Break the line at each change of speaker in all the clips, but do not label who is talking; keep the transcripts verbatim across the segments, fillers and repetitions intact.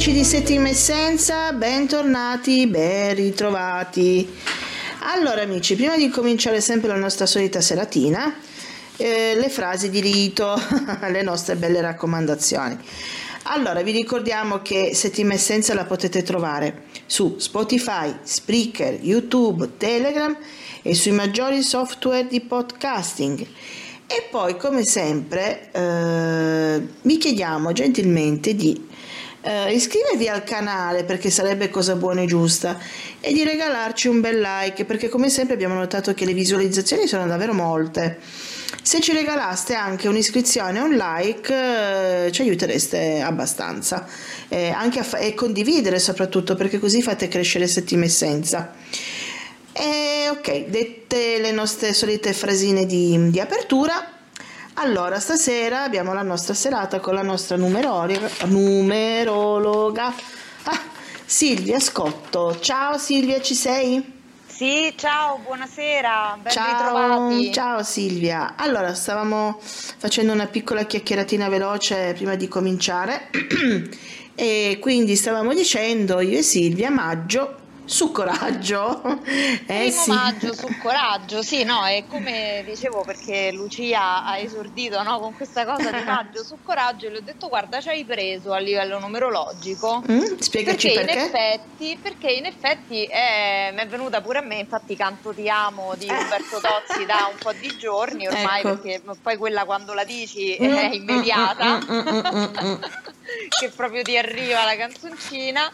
amici di Settima Essenza, bentornati, ben ritrovati. Allora amici, prima di cominciare sempre la nostra solita seratina, eh, le frasi di rito, le nostre belle raccomandazioni. Allora, vi ricordiamo che Settima Essenza la potete trovare su Spotify, Spreaker, YouTube, Telegram e sui maggiori software di podcasting. E poi, come sempre, eh, vi chiediamo gentilmente di eh, iscrivervi al canale, perché sarebbe cosa buona e giusta, e di regalarci un bel like, perché come sempre abbiamo notato che le visualizzazioni sono davvero molte. Se ci regalaste anche un'iscrizione e un like, eh, ci aiutereste abbastanza, eh, anche a fa- e condividere soprattutto, perché così fate crescere Settima Essenza. E ok, dette le nostre solite frasine di, di apertura, allora stasera abbiamo la nostra serata con la nostra numerologa, numerologa ah, Silvia Scotto. Ciao Silvia, ci sei?
Sì, ciao, buonasera, ben
Ciao,
ritrovati.
ciao Silvia. Allora, stavamo facendo una piccola chiacchieratina veloce prima di cominciare e quindi stavamo dicendo io e Silvia, maggio su coraggio. Eh
Primo
sì.
maggio sul coraggio, sì, no, è come dicevo perché Lucia ha esordito, no, con questa cosa di maggio sul coraggio e le ho detto guarda ci hai preso a livello numerologico,
Mm, spiegaci
perché in
perché.
effetti, perché in effetti è, mi è venuta pure a me, infatti canto Ti amo di Umberto Tozzi da un po' di giorni ormai,
Ecco.
perché poi quella quando la dici
Mm,
è
mm,
immediata,
mm, mm, mm, mm, mm.
che proprio ti arriva la canzoncina.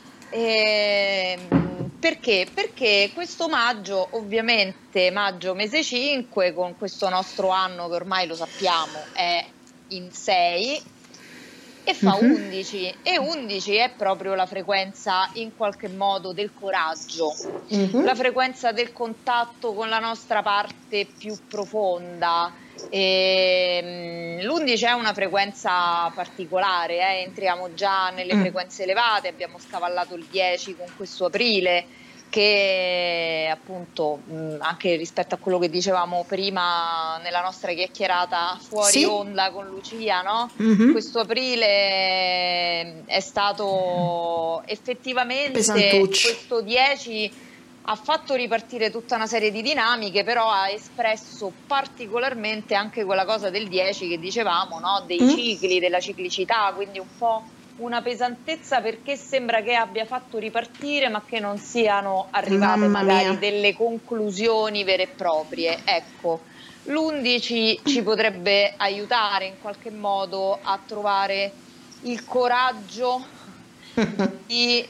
Ehm, perché? Perché questo maggio, ovviamente maggio mese cinque, con questo nostro anno che ormai lo sappiamo è in sei e fa
Mhm.
undici, e undici è proprio la frequenza in qualche modo del coraggio,
Mhm.
la frequenza del contatto con la nostra parte più profonda. E, mm, l'undici è una frequenza particolare, eh, entriamo già nelle
Mm.
frequenze elevate, abbiamo scavallato il dieci con questo aprile che appunto mh, anche rispetto a quello che dicevamo prima nella nostra chiacchierata fuori
Sì.
onda con Lucia, no?
Mhm.
Questo aprile è stato effettivamente,
Pesantucci.
questo dieci ha fatto ripartire tutta una serie di dinamiche, però ha espresso particolarmente anche quella cosa del dieci che dicevamo, no? Dei
Mm.
cicli, della ciclicità, quindi un po' una pesantezza perché sembra che abbia fatto ripartire ma che non siano arrivate
Mamma
magari
mia.
delle conclusioni vere e proprie. Ecco, l'undici ci potrebbe aiutare in qualche modo a trovare il coraggio di,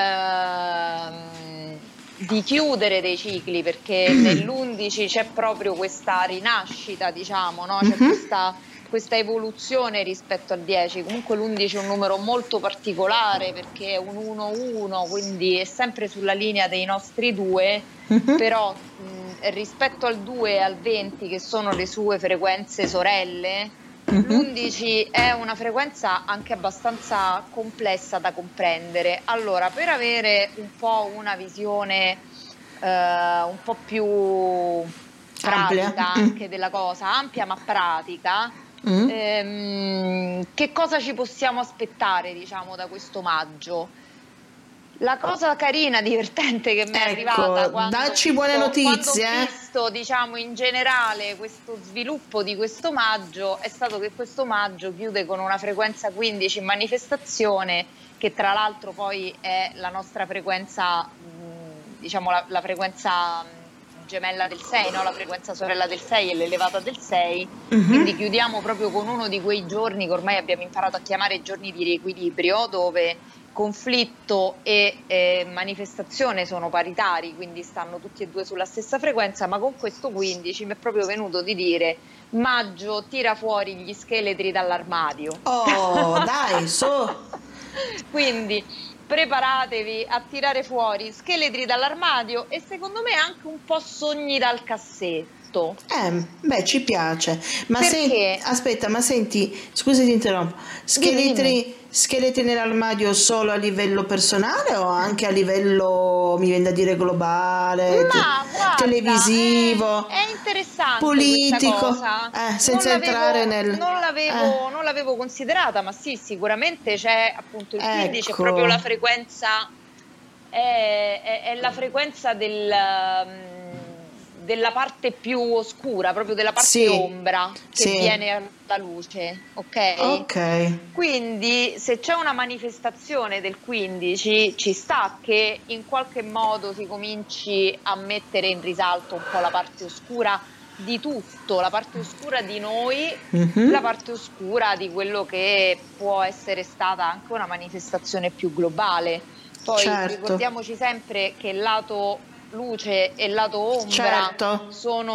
ehm, di chiudere dei cicli, perché nell'undici c'è proprio questa rinascita, diciamo, no? C'è
Mhm.
questa, questa evoluzione rispetto al dieci. Comunque l'undici è un numero molto particolare perché è un uno uno, quindi è sempre sulla linea dei nostri due,
Mhm.
però mh, rispetto al due e al venti, che sono le sue frequenze sorelle,
Mhm.
l'undici è una frequenza anche abbastanza complessa da comprendere. Allora, per avere un po' una visione eh, un po' più
Amplia.
pratica anche della cosa, ampia ma pratica,
Mm.
ehm, che cosa ci possiamo aspettare, diciamo, da questo maggio? La cosa carina, divertente che mi è
Ecco,
arrivata quando ho
dacci buone
visto, quando ho
notizie, eh.
visto, diciamo, in generale questo sviluppo di questo maggio è stato che questo maggio chiude con una frequenza quindici in manifestazione, che tra l'altro poi è la nostra frequenza, mh, diciamo la, la frequenza mh, gemella del sei, no? La frequenza sorella del sei e l'elevata del sei.
Mhm.
Quindi chiudiamo proprio con uno di quei giorni che ormai abbiamo imparato a chiamare giorni di riequilibrio, dove conflitto e eh, manifestazione sono paritari, quindi stanno tutti e due sulla stessa frequenza, ma con questo quindici mi è proprio venuto di dire maggio tira fuori gli scheletri dall'armadio.
Oh, dai, su.
Quindi preparatevi a tirare fuori scheletri dall'armadio e secondo me anche un po' sogni dal cassetto. tutto.
Eh, beh, ci piace. Ma se,
Perché?
aspetta, ma senti, scusi ti interrompo,
Dimmi, dimmi.
scheletri, scheletri nell'armadio solo a livello personale o anche a livello, mi viene da dire, globale, te-
Ma guarda, è,
televisivo,
è interessante questa
politico?
cosa.
Eh,
Non
senza entrare
l'avevo,
nel...
non
Eh,
l'avevo, non l'avevo considerata, ma sì, sicuramente c'è appunto il quindici, è proprio
ecco,
la frequenza, è, è- è la frequenza del, mm, della parte più oscura, proprio della parte
sì,
ombra che
sì,
viene alla luce, ok?
ok.
Quindi se c'è una manifestazione del quindici, ci sta che in qualche modo si cominci a mettere in risalto un po' la parte oscura di tutto, la parte oscura di noi, la
Mhm,
parte oscura di quello che può essere stata anche una manifestazione più globale. Poi
certo,
ricordiamoci sempre che il lato luce e il lato ombra
certo,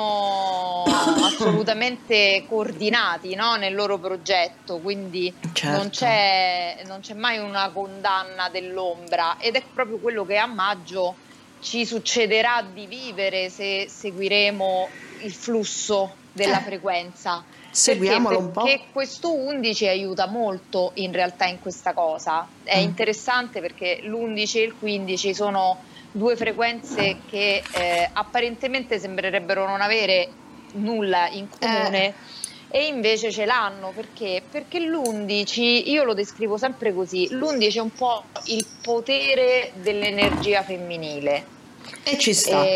sono assolutamente coordinati, no, nel loro progetto, quindi non
certo.
c'è, non c'è mai una condanna dell'ombra ed è proprio quello che a maggio ci succederà di vivere se seguiremo il flusso della
Eh,
frequenza. Perché?
seguiamolo un po'.
Perché questo undici aiuta molto in realtà in questa cosa. È
Mm.
interessante perché l'undici e il quindici sono due frequenze che eh, apparentemente sembrerebbero non avere nulla in
Eh,
comune e invece ce l'hanno perché? Perché l'undici, io lo descrivo sempre così, l'undici è un po' il potere dell'energia femminile.
e ci sta.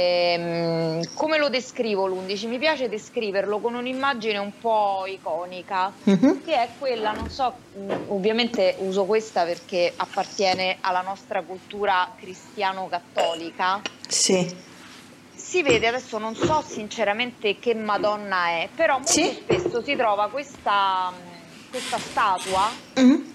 Ehm, come lo descrivo l'undici? Mi piace descriverlo con un'immagine un po' iconica,
Mhm.
che è quella, non so, mh, ovviamente uso questa perché appartiene alla nostra cultura cristiano-cattolica.
Sì.
Si vede, adesso non so sinceramente che Madonna è, però molto
Sì?
spesso si trova questa, mh, questa statua
Mhm.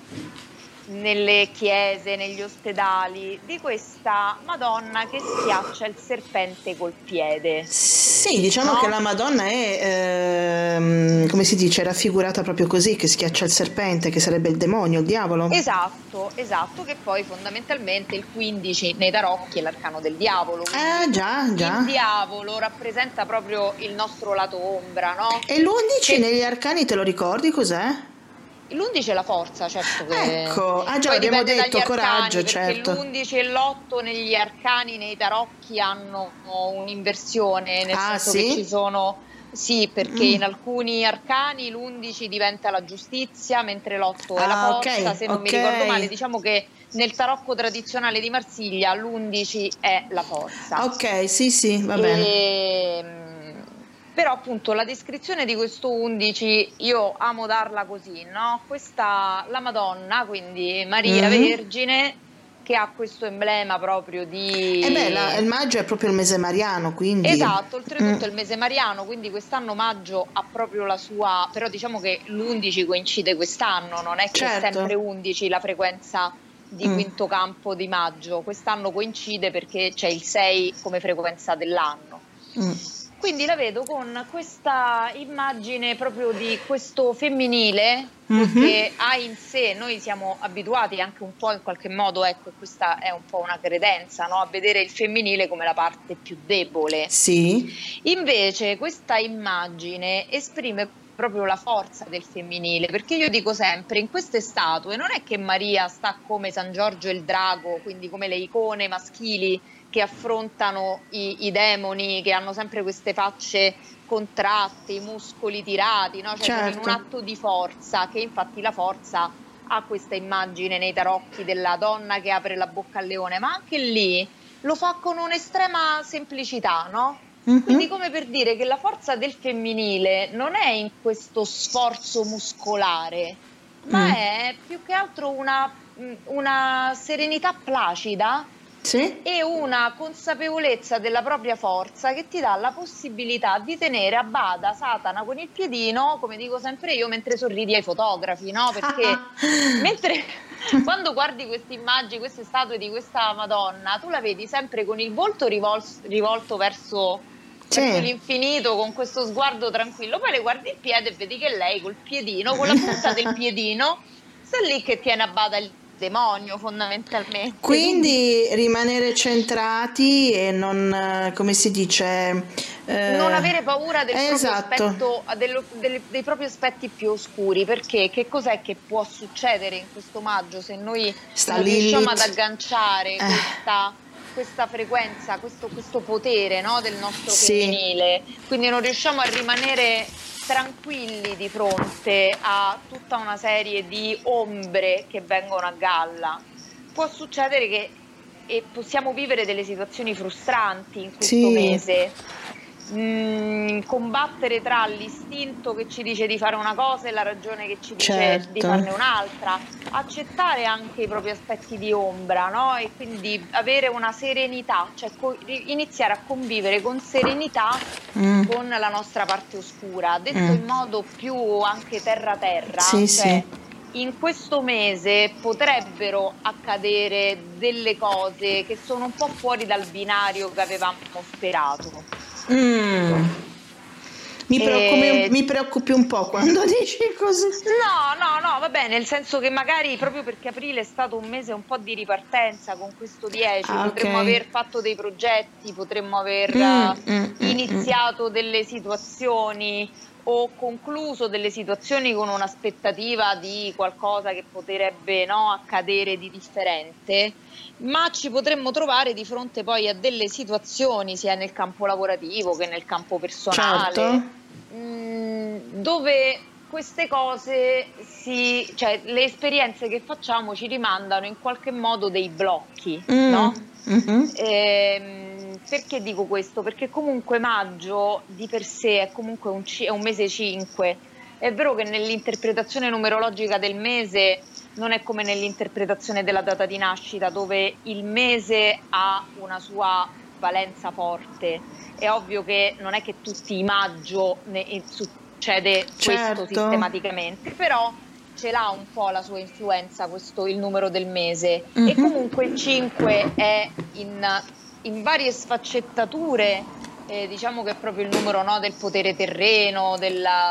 nelle chiese, negli ospedali, di questa Madonna che schiaccia il serpente col piede,
Sì, diciamo che la
no?
Madonna è, ehm, come si dice, raffigurata proprio così, che schiaccia il serpente, che sarebbe il demonio, il diavolo.
Esatto, esatto, che poi fondamentalmente il quindici nei tarocchi è l'arcano del diavolo,
Eh,
quindi
già,
il
già.
diavolo rappresenta proprio il nostro lato ombra, no?
E l'undici
Che
negli arcani te lo ricordi cos'è?
l'undici è la forza, certo che
Ecco, ah già,
poi
l'abbiamo
dipende dagli
detto, coraggio,
arcani, perché
certo.
l'undici e l'otto negli arcani, nei tarocchi hanno un'inversione, nel
Ah,
senso che ci
sì?
sono, sì, perché
Mm.
in alcuni arcani l'undici diventa la giustizia, mentre l'otto è la
Ah, ok,
forza, se non mi
ok.
ricordo male, diciamo che nel tarocco tradizionale di Marsiglia l'undici è la forza.
Ok, sì, sì, va bene.
E, mh, però appunto la descrizione di questo undici io amo darla così, no? Questa, la Madonna, quindi Maria
Mhm.
Vergine, che ha questo emblema proprio
E beh, la-
di...
il maggio è proprio il mese mariano, quindi...
Esatto,
Mm,
oltretutto è il mese mariano, quindi quest'anno maggio ha proprio la sua... però diciamo che l'undici coincide quest'anno, non è che è sempre
certo.
undici la frequenza di
Mm,
quinto campo di maggio, quest'anno coincide perché c'è il sei come frequenza dell'anno.
mm,
Quindi la vedo con questa immagine proprio di questo femminile
mhm.
che ha in sé, noi siamo abituati anche un po' in qualche modo, ecco, questa è un po' una credenza, no? A vedere il femminile come la parte più debole.
Sì,
Invece questa immagine esprime proprio la forza del femminile, perché io dico sempre, in queste statue non è che Maria sta come San Giorgio il drago, quindi come le icone maschili che affrontano i, i demoni, che hanno sempre queste facce contratte, i muscoli tirati, no? Cioè sono in un
certo.
atto di forza, che infatti la forza ha questa immagine nei tarocchi della donna che apre la bocca al leone, ma anche lì lo fa con un'estrema semplicità, no? Quindi
Mhm,
come per dire che la forza del femminile non è in questo sforzo muscolare, ma
mm.
è più che altro una, una serenità placida
Sì?
e una consapevolezza della propria forza che ti dà la possibilità di tenere a bada Satana con il piedino, come dico sempre io, mentre sorridi ai fotografi, no? Perché mentre quando guardi queste immagini, queste statue di questa Madonna, tu la vedi sempre con il volto rivol- rivolto verso, verso
Sì.
l'infinito, con questo sguardo tranquillo, poi le guardi il piede e vedi che lei col piedino, con la punta del piedino, sta lì che tiene a bada il demonio fondamentalmente.
Quindi rimanere centrati e non, eh, come si dice, eh,
non avere paura del
esatto.
proprio aspetto, dello- delle- dei propri aspetti più oscuri, perché che cos'è che può succedere in questo maggio se noi
Sta
non riusciamo
Lilith.
ad agganciare
Eh.
questa, questa frequenza, questo, questo potere, no, del nostro
Sì.
femminile, quindi non riusciamo a rimanere tranquilli di fronte a tutta una serie di ombre che vengono a galla. Può succedere che e possiamo vivere delle situazioni frustranti in questo
Sì.
mese. Mm, combattere tra l'istinto che ci dice di fare una cosa e la ragione che ci dice
Certo.
di farne un'altra, accettare anche i propri aspetti di ombra, no? E quindi avere una serenità, cioè co- iniziare a convivere con serenità
Mm.
con la nostra parte oscura, detto
Mm.
in modo più anche terra terra,
Sì,
cioè
sì.
in questo mese potrebbero accadere delle cose che sono un po' fuori dal binario che avevamo sperato.
Mm. Mi, preoccupi,
E-
mi preoccupi un po' quando dici così.
No, no, no, vabbè, nel senso che magari proprio perché aprile è stato un mese un po' di ripartenza con questo dieci,
Ah,
potremmo
ok.
aver fatto dei progetti, potremmo aver
Mm,
eh,
mm, mm,
iniziato delle situazioni o concluso delle situazioni con un'aspettativa di qualcosa che potrebbe, no, accadere di differente, ma ci potremmo trovare di fronte poi a delle situazioni sia nel campo lavorativo che nel campo personale.
Certo.
Mm, dove queste cose si, cioè le esperienze che facciamo ci rimandano in qualche modo dei blocchi,
Mm,
no?
mhm.
Ehm, perché dico questo? Perché comunque maggio di per sé è comunque un, ci- è un mese cinque. È vero che nell'interpretazione numerologica del mese non è come nell'interpretazione della data di nascita, dove il mese ha una sua valenza forte. È ovvio che non è che tutti i maggio ne, eh, succede questo
Certo.
sistematicamente, però ce l'ha un po' la sua influenza questo il numero del mese.
Mhm.
E comunque il cinque è in, in varie sfaccettature, eh, diciamo che è proprio il numero, no, del potere terreno, della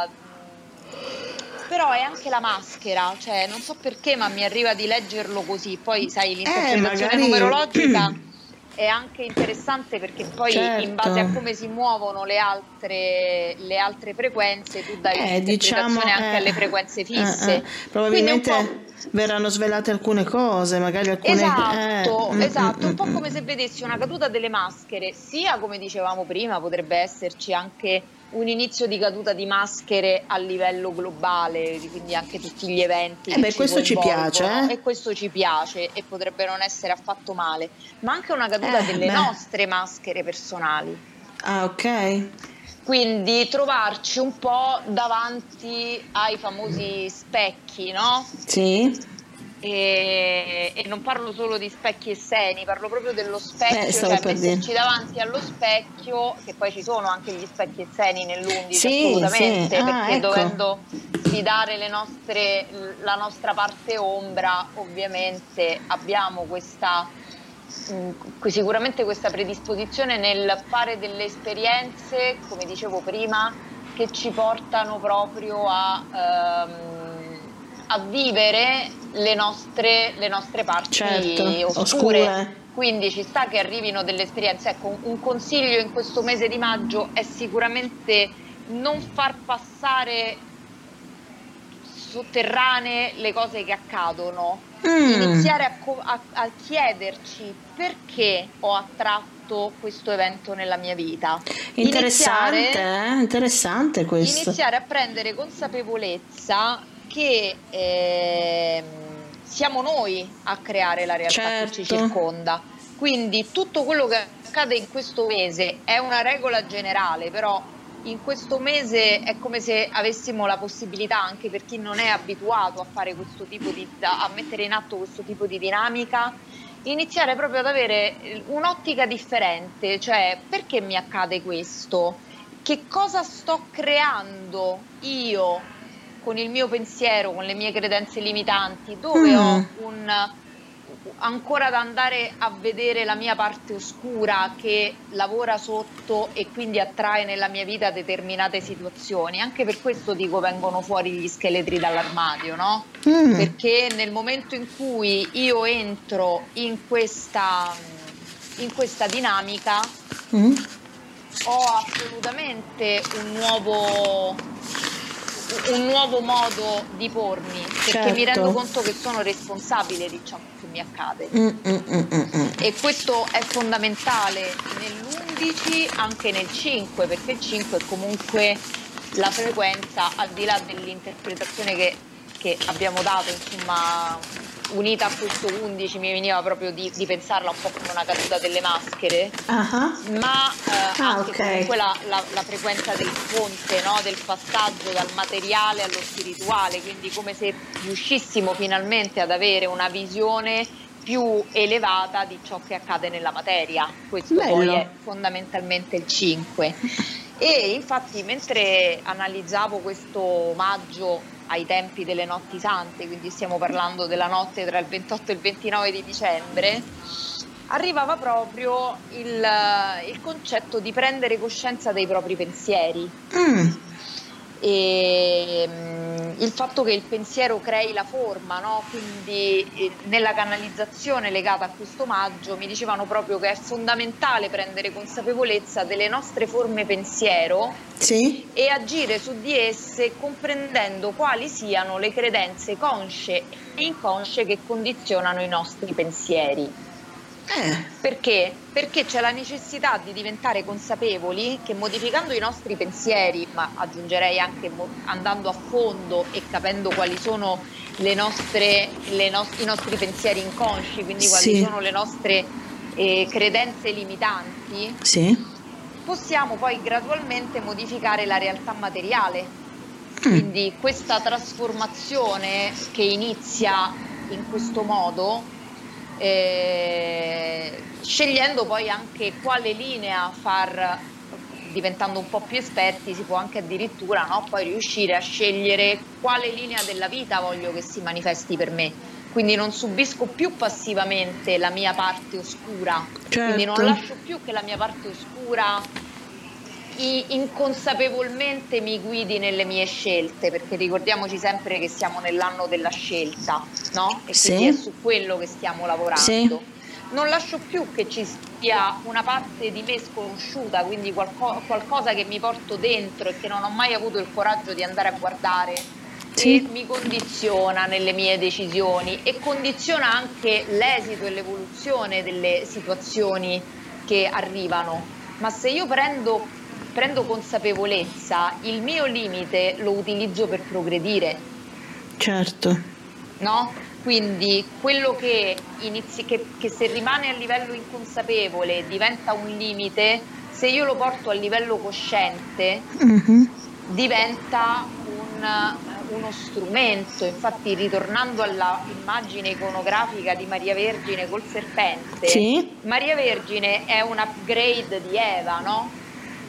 però è anche la maschera, cioè non so perché, ma mi arriva di leggerlo così. Poi sai, l'interpretazione
magari-
numerologica è anche interessante perché poi in
Certo.
base a come si muovono le altre, le altre frequenze tu dai
Eh,
un'interpretazione
diciamo,
anche
eh,
alle frequenze
eh,
fisse.
eh, probabilmente
Quindi un po'.
verranno svelate alcune cose, magari alcune...
Esatto,
eh, mm,
esatto,
mm,
un po'
mm,
come se vedessi una caduta delle maschere, sia come dicevamo prima, potrebbe esserci anche un inizio di caduta di maschere a livello globale, quindi anche tutti gli eventi
Eh
che
beh,
ci
questo ci
coinvolgono,
piace, eh?
e questo ci piace e potrebbe non essere affatto male, ma anche una caduta
Eh,
delle
beh.
nostre maschere personali.
Ah, ok.
Quindi trovarci un po' davanti ai famosi specchi, no?
Sì.
E, e non parlo solo di specchi e seni, parlo proprio dello specchio,
Eh, stavo
cioè
per
metterci
dire.
davanti allo specchio, che poi ci sono anche gli specchi e seni nell'undici,
Sì,
assolutamente,
sì. Ah,
perché
ecco.
dovendo sfidare le nostre, la nostra parte ombra, ovviamente abbiamo questa mh, sicuramente questa predisposizione nel fare delle esperienze, come dicevo prima, che ci portano proprio a, ehm, a vivere le nostre, le nostre parti
Certo,
oscure.
oscure.
Quindi ci sta che arrivino delle esperienze. Ecco, un consiglio in questo mese di maggio è sicuramente non far passare sotterranee le cose che accadono,
Mm.
iniziare a, co- a- a chiederci perché ho attratto questo evento nella mia vita.
Interessante,
Iniziare,
eh? Interessante questo.
iniziare a prendere consapevolezza che ehm, siamo noi a creare la realtà che ci
Certo.
circonda. Quindi tutto quello che accade in questo mese è una regola generale, però in questo mese è come se avessimo la possibilità, anche per chi non è abituato a fare questo tipo di, a mettere in atto questo tipo di dinamica, iniziare proprio ad avere un'ottica differente, cioè perché mi accade questo? Che cosa sto creando io con il mio pensiero, con le mie credenze limitanti, dove
Mm.
ho un, ancora da andare a vedere la mia parte oscura che lavora sotto e quindi attrae nella mia vita determinate situazioni. Anche per questo dico vengono fuori gli scheletri dall'armadio, no?
Mm.
Perché nel momento in cui io entro in questa, in questa dinamica
Mm.
ho assolutamente un nuovo, un nuovo modo di pormi, perché
Certo.
mi rendo conto che sono responsabile di ciò che mi accade.
Mm, mm, mm, mm, mm.
E questo è fondamentale nell'undici, anche nel cinque, perché il cinque è comunque la frequenza, al di là dell'interpretazione che, che abbiamo dato, insomma, unita a questo undici mi veniva proprio di, di pensarla un po' come una caduta delle maschere,
Ah,
ma eh,
Ah,
anche
ok.
comunque la, la, la frequenza del ponte, no? Del passaggio dal materiale allo spirituale, quindi come se riuscissimo finalmente ad avere una visione più elevata di ciò che accade nella materia. Questo
Bello.
poi è fondamentalmente il cinque. E infatti mentre analizzavo questo omaggio ai tempi delle notti sante, quindi stiamo parlando della notte tra il ventotto e il ventinove di dicembre, arrivava proprio il, il concetto di prendere coscienza dei propri pensieri.
Mm.
E mm, il fatto che il pensiero crei la forma, no? Quindi eh, nella canalizzazione legata a questo omaggio mi dicevano proprio che è fondamentale prendere consapevolezza delle nostre forme pensiero
Sì?
e agire su di esse comprendendo quali siano le credenze consce e inconsce che condizionano i nostri pensieri.
Eh.
Perché? Perché c'è la necessità di diventare consapevoli che modificando i nostri pensieri, ma aggiungerei anche mo- andando a fondo e capendo quali sono le nostre, le nos- i nostri pensieri inconsci, quindi quali
Sì.
sono le nostre eh, credenze limitanti,
Sì?
possiamo poi gradualmente modificare la realtà materiale.
Mm.
Quindi questa trasformazione che inizia in questo modo, eh, scegliendo poi anche quale linea far, diventando un po' più esperti, si può anche addirittura, no, poi riuscire a scegliere quale linea della vita voglio che si manifesti per me. Quindi non subisco più passivamente la mia parte oscura, quindi non
Certo.
lascio più che la mia parte oscura i- inconsapevolmente mi guidi nelle mie scelte, perché ricordiamoci sempre che siamo nell'anno della scelta, no? E
Sì.
quindi è su quello che stiamo lavorando.
Sì.
Non lascio più che ci sia una parte di me sconosciuta, quindi qualco- qualcosa che mi porto dentro e che non ho mai avuto il coraggio di andare a guardare,
Sì.
e mi condiziona nelle mie decisioni e condiziona anche l'esito e l'evoluzione delle situazioni che arrivano. Ma se io prendo prendo consapevolezza, il mio limite lo utilizzo per progredire,
Certo.
no? Quindi quello che, inizi, che, che se rimane a livello inconsapevole diventa un limite, se io lo porto a livello cosciente
Mhm.
diventa un, uno strumento. Infatti, ritornando alla immagine iconografica di Maria Vergine col serpente,
Sì.
Maria Vergine è un upgrade di Eva, no?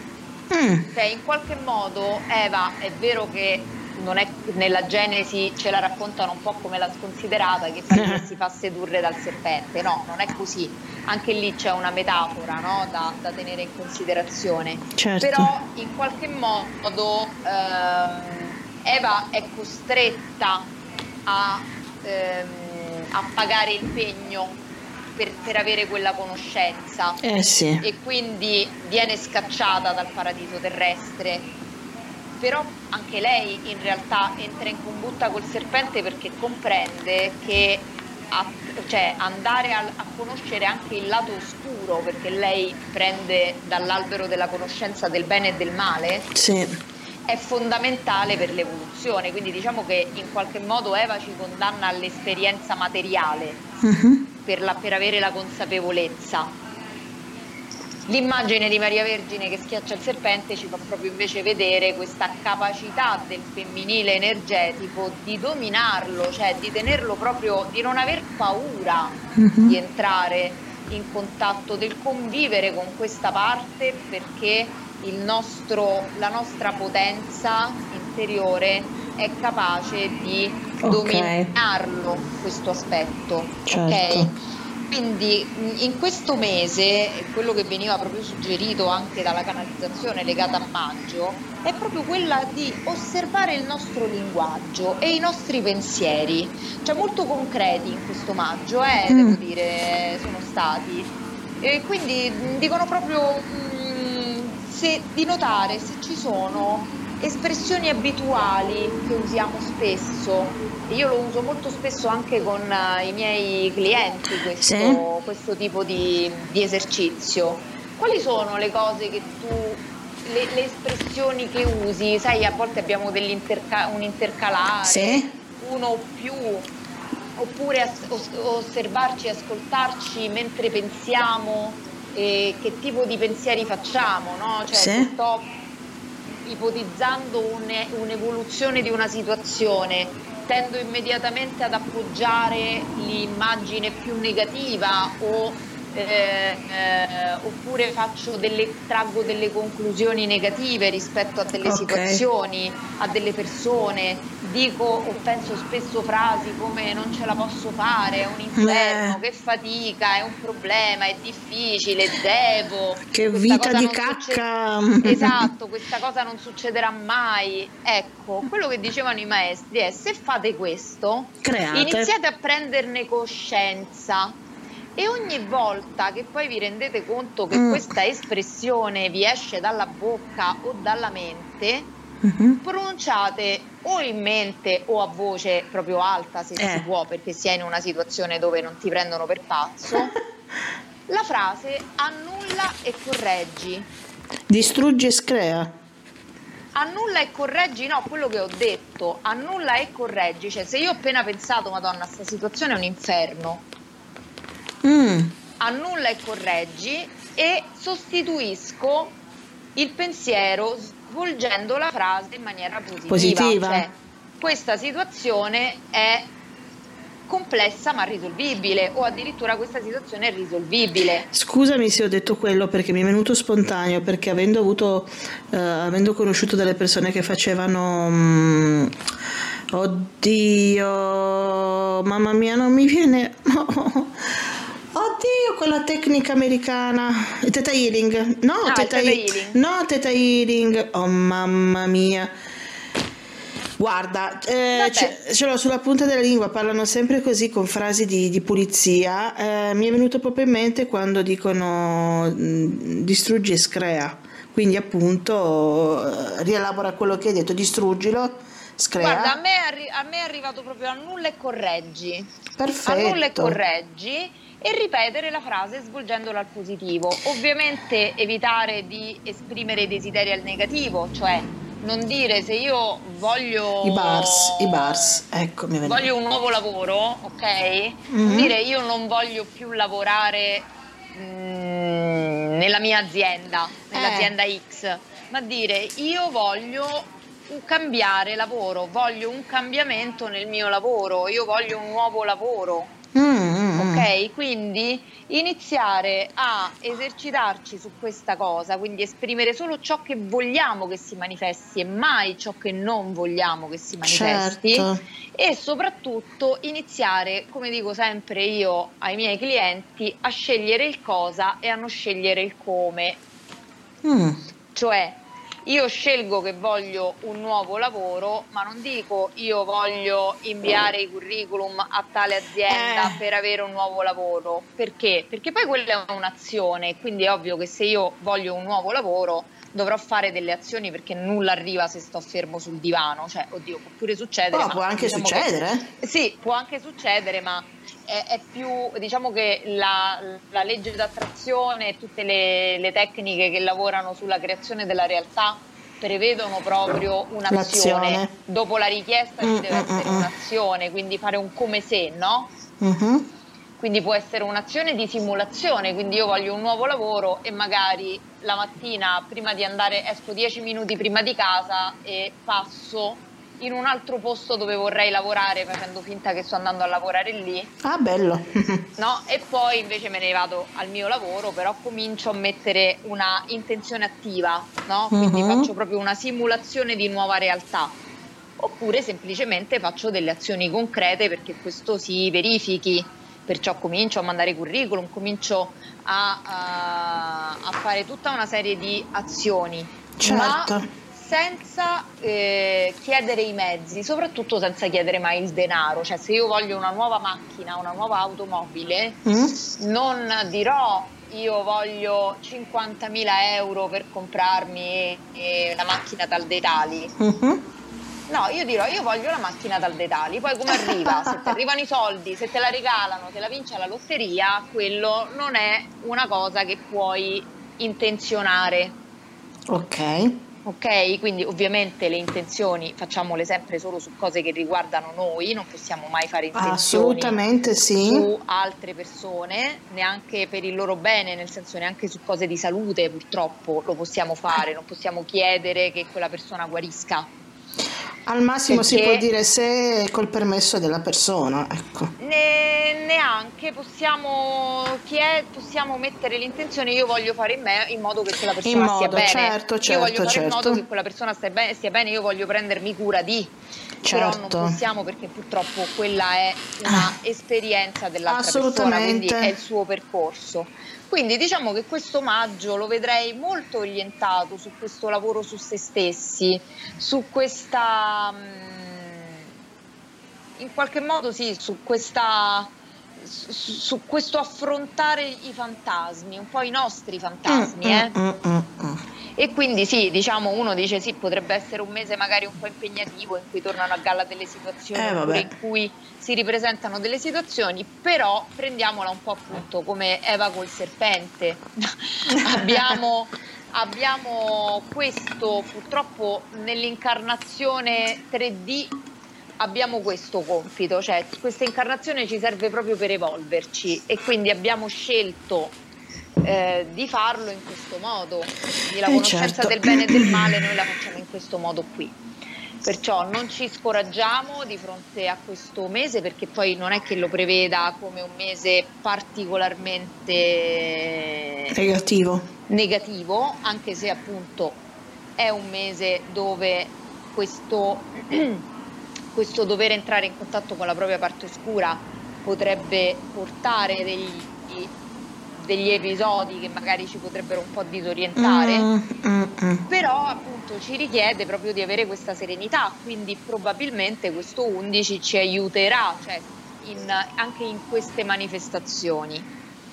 Mm.
Cioè, in qualche modo Eva è vero che non è, nella Genesi ce la raccontano un po' come la sconsiderata che, fa, che si fa sedurre dal serpente, no, non è così, anche lì c'è una metafora, no, da, da tenere in considerazione.
Certo.
Però in qualche modo ehm, Eva è costretta a, ehm, a pagare il pegno per, per avere quella conoscenza.
Eh sì.
E quindi viene scacciata dal paradiso terrestre, però anche lei in realtà entra in combutta col serpente perché comprende che a, cioè andare a, a conoscere anche il lato oscuro, perché lei prende dall'albero della conoscenza del bene e del male,
Sì.
è fondamentale per l'evoluzione. Quindi diciamo che in qualche modo Eva ci condanna all'esperienza materiale
Mhm.
per, la, per avere la consapevolezza. L'immagine di Maria Vergine che schiaccia il serpente ci fa proprio invece vedere questa capacità del femminile energetico di dominarlo, cioè di tenerlo proprio, di non aver paura
Mhm.
di entrare in contatto, del convivere con questa parte, perché il nostro, la nostra potenza interiore è capace di
Ok,
dominarlo questo aspetto, ok?
certo.
Quindi mh, in questo mese quello che veniva proprio suggerito anche dalla canalizzazione legata a maggio è proprio quella di osservare il nostro linguaggio e i nostri pensieri, cioè molto concreti in questo maggio, eh, devo
Mm,
dire, sono stati. E quindi mh, dicono proprio mh, se, di notare se ci sono espressioni abituali che usiamo spesso. Io lo uso molto spesso anche con eh, i miei clienti,
sì?
questo, questo tipo di, di esercizio. Quali sono le cose che tu, le, le espressioni che usi? Sai, a volte abbiamo dell'interca- un intercalare,
Sì?
uno o più, oppure as- os- osservarci, ascoltarci mentre pensiamo, e che tipo di pensieri facciamo, no? Cioè, se
Sì?
sto ipotizzando un'e- un'evoluzione di una situazione, tendo immediatamente ad appoggiare l'immagine più negativa o eh, eh, oppure faccio delle, traggo delle conclusioni negative rispetto a delle
Ok.
situazioni, a delle persone, dico o penso spesso frasi come non ce la posso fare, è un
Eh,
inferno, che fatica, è un problema, è difficile, devo,
che
questa
vita
cosa
di
non succede.
cacca!
Esatto, questa cosa non succederà mai. Ecco, quello che dicevano i maestri è: se fate questo,
Create.
iniziate a prenderne coscienza e ogni volta che poi vi rendete conto che
Mm,
questa espressione vi esce dalla bocca o dalla mente,
mhm.
pronunciate o in mente o a voce proprio alta, se si
Eh.
può, perché si è in una situazione dove non ti prendono per pazzo, la frase annulla e correggi.
Distruggi e screa.
Annulla e correggi, no, quello che ho detto, annulla e correggi, cioè se io ho appena pensato, Madonna, sta situazione è un inferno,
Mm,
annulla e correggi e sostituisco il pensiero svolgendo la frase in maniera positiva,
positiva.
cioè questa situazione è complessa ma risolvibile o addirittura questa situazione è risolvibile.
Scusami se ho detto quello perché mi è venuto spontaneo, perché avendo avuto, eh, avendo conosciuto delle persone che facevano, mm, oddio, mamma mia, non mi viene, oddio, quella tecnica americana, il Theta Healing, no,
Ah, il
Theta,
Theta
He-
Healing.
no, Theta Healing, oh mamma mia. Guarda, eh,
Vabbè,
ce, ce l'ho sulla punta della lingua, parlano sempre così con frasi di, di pulizia. Eh, mi è venuto proprio in mente quando dicono mh, distruggi e screa. Quindi appunto eh, rielabora quello che hai detto, distruggilo,
guarda, a
screa.
me, è arri- a me è arrivato proprio annulla e correggi. Annulla e
Perfetto.
correggi e ripetere la frase svolgendola al positivo. Ovviamente evitare di esprimere i desideri al negativo, cioè non dire se io
I bars, i
voglio,
bars, ecco, mi viene.
voglio un nuovo lavoro, ok? Non
Mhm.
dire io non voglio più lavorare mh, nella mia azienda,
Eh,
nell'azienda X, ma dire io voglio un cambiare lavoro, voglio un cambiamento nel mio lavoro, io voglio un nuovo lavoro.
mm, mm, mm.
Ok, quindi iniziare a esercitarci su questa cosa, quindi esprimere solo ciò che vogliamo che si manifesti e mai ciò che non vogliamo che si
Certo.
manifesti e soprattutto iniziare, come dico sempre io ai miei clienti, a scegliere il cosa e a non scegliere il come.
Mm.
Cioè, io scelgo che voglio un nuovo lavoro, ma non dico io voglio inviare i curriculum a tale
Eh,
azienda per avere un nuovo lavoro. Perché? Perché poi quella è un'azione, quindi è ovvio che se io voglio un nuovo lavoro dovrò fare delle azioni perché nulla arriva se sto fermo sul divano. Cioè, oddio, può pure succedere,
oh,
ma
può anche
diciamo che
succedere.
sì, può anche succedere, ma è, è più, diciamo che la, la legge d'attrazione e tutte le, le tecniche che lavorano sulla creazione della realtà prevedono proprio
L'azione.
un'azione. Dopo la richiesta
Mm,
ci
mm,
deve essere
mm, mm.
un'azione, quindi fare un come se, no?
Mhm.
Quindi può essere un'azione di simulazione, quindi io voglio un nuovo lavoro e magari la mattina prima di andare esco dieci minuti prima di casa e passo in un altro posto dove vorrei lavorare facendo finta che sto andando a lavorare lì,
Ah, bello.
no? E poi invece me ne vado al mio lavoro, però comincio a mettere una intenzione attiva, no? Quindi
Mhm.
faccio proprio una simulazione di nuova realtà. oppure semplicemente faccio delle azioni concrete perché questo si verifichi. Perciò comincio a mandare curriculum, comincio a, a, a fare tutta una serie di azioni,
Certo.
ma senza eh, chiedere i mezzi, soprattutto senza chiedere mai il denaro. Cioè, se io voglio una nuova macchina, una nuova automobile,
Mm?
non dirò io voglio cinquantamila euro per comprarmi eh, la macchina tal dei tali.
Mhm.
No, io dirò, io voglio la macchina dal Detali, poi come arriva? Se ti arrivano i soldi, se te la regalano, te la vinci alla lotteria, quello non è una cosa che puoi intenzionare,
Ok.
ok? Quindi ovviamente le intenzioni facciamole sempre solo su cose che riguardano noi, non possiamo mai fare intenzioni
Assolutamente sì.
su altre persone, neanche per il loro bene, nel senso neanche su cose di salute, purtroppo lo possiamo fare, non possiamo chiedere che quella persona guarisca.
Al massimo si può
Perché
dire se è col permesso della persona, ecco.
ne- neanche possiamo, chied- possiamo mettere l'intenzione io voglio fare in, me, in modo che quella
In
persona stia
modo,
bene,
certo,
io voglio
certo,
fare in modo
certo.
che quella persona stia bene, stia bene, io voglio prendermi cura di, però non
Certo.
possiamo perché purtroppo quella è una esperienza dell'altra persona, quindi è il
Assolutamente.
suo percorso. Quindi diciamo che questo maggio lo vedrei molto orientato su questo lavoro su se stessi, su questa, mm, in qualche modo sì, su questa, su, su questo affrontare i fantasmi, un po' i nostri
Mm,
fantasmi,
mm,
eh?
mm, mm, mm.
E quindi sì, diciamo, uno dice sì, potrebbe essere un mese magari un po' impegnativo in cui tornano a galla delle situazioni
Eh
oppure
vabbè.
in cui si ripresentano delle situazioni, però prendiamola un po' appunto come Eva col serpente. abbiamo, abbiamo questo, purtroppo nell'incarnazione tre D abbiamo questo compito, cioè questa incarnazione ci serve proprio per evolverci e quindi abbiamo scelto eh, di farlo in questo modo, quindi la
Eh
conoscenza
certo.
del bene e del male noi la facciamo in questo modo qui. Perciò non ci scoraggiamo di fronte a questo mese perché poi non è che lo preveda come un mese particolarmente
Negativo.
negativo, anche se appunto è un mese dove questo, questo dover entrare in contatto con la propria parte oscura potrebbe portare degli, degli episodi che magari ci potrebbero un po' disorientare,
Mm, mm, mm.
però appunto ci richiede proprio di avere questa serenità, quindi probabilmente questo undici ci aiuterà, cioè in, anche in queste manifestazioni.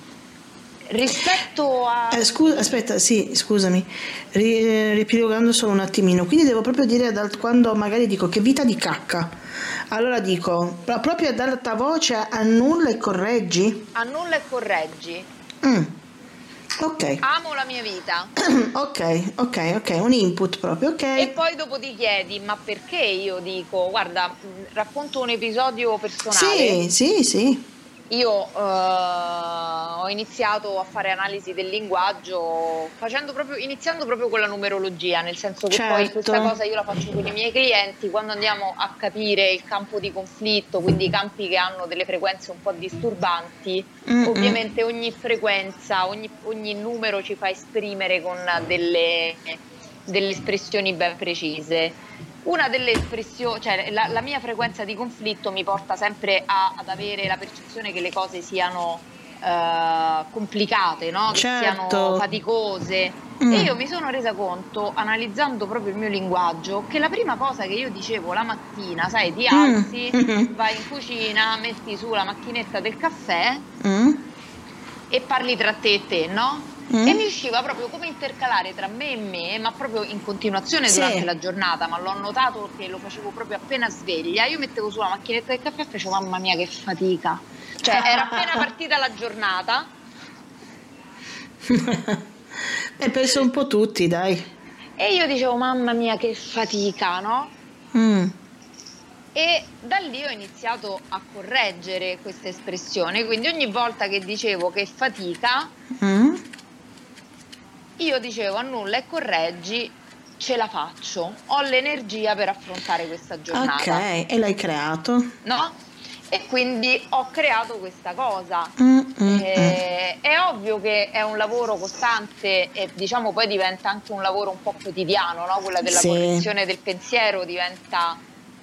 Rispetto a...
Eh, scusa, aspetta, sì, scusami, Ri- eh, riepilogando solo un attimino, quindi devo proprio dire ad alt- quando magari dico che vita di cacca, allora dico pro- proprio ad alta voce annulla e correggi?
Annulla e correggi.
Mm, ok,
Amo la mia vita.
ok, ok, ok, un input proprio,
E
ok.
poi dopo ti chiedi, ma perché io dico, guarda, mh, racconto un episodio personale.
Sì, sì, sì,
Io eh, ho iniziato a fare analisi del linguaggio facendo proprio, iniziando proprio con la numerologia, nel senso che poi questa
certo.
cosa io la faccio con i miei clienti quando andiamo a capire il campo di conflitto, quindi i campi che hanno delle frequenze un po' disturbanti.
Mm-mm.
Ovviamente ogni frequenza, ogni, ogni numero ci fa esprimere con delle, delle espressioni ben precise. Una delle espressioni, cioè la, la mia frequenza di conflitto mi porta sempre a- ad avere la percezione che le cose siano eh, complicate, no? Che siano
Certo.
faticose.
Mm.
E io mi sono resa conto, analizzando proprio il mio linguaggio, che la prima cosa che io dicevo la mattina, sai, ti alzi,
Mm.
vai in cucina, metti su la macchinetta del caffè
Mm.
e parli tra te e te, no?
Mm.
E mi usciva proprio come intercalare tra me e me, ma proprio in continuazione
Sì.
durante la giornata, ma l'ho notato che lo facevo proprio appena sveglia. Io mettevo sulla macchinetta del caffè e facevo, mamma mia che fatica. Cioè era appena partita la giornata
E penso un po' tutti, dai.
e io dicevo, mamma mia che fatica, no?
Mm.
E da lì ho iniziato a correggere questa espressione, quindi ogni volta che dicevo che fatica,
Mm.
io dicevo annulla e correggi, ce la faccio, ho l'energia per affrontare questa giornata,
Ok, e l'hai creato?
no? E quindi ho creato questa cosa.
Mm, mm,
Eh, è ovvio che è un lavoro costante e diciamo poi diventa anche un lavoro un po' quotidiano, no? Quella della
Sì.
correzione del pensiero diventa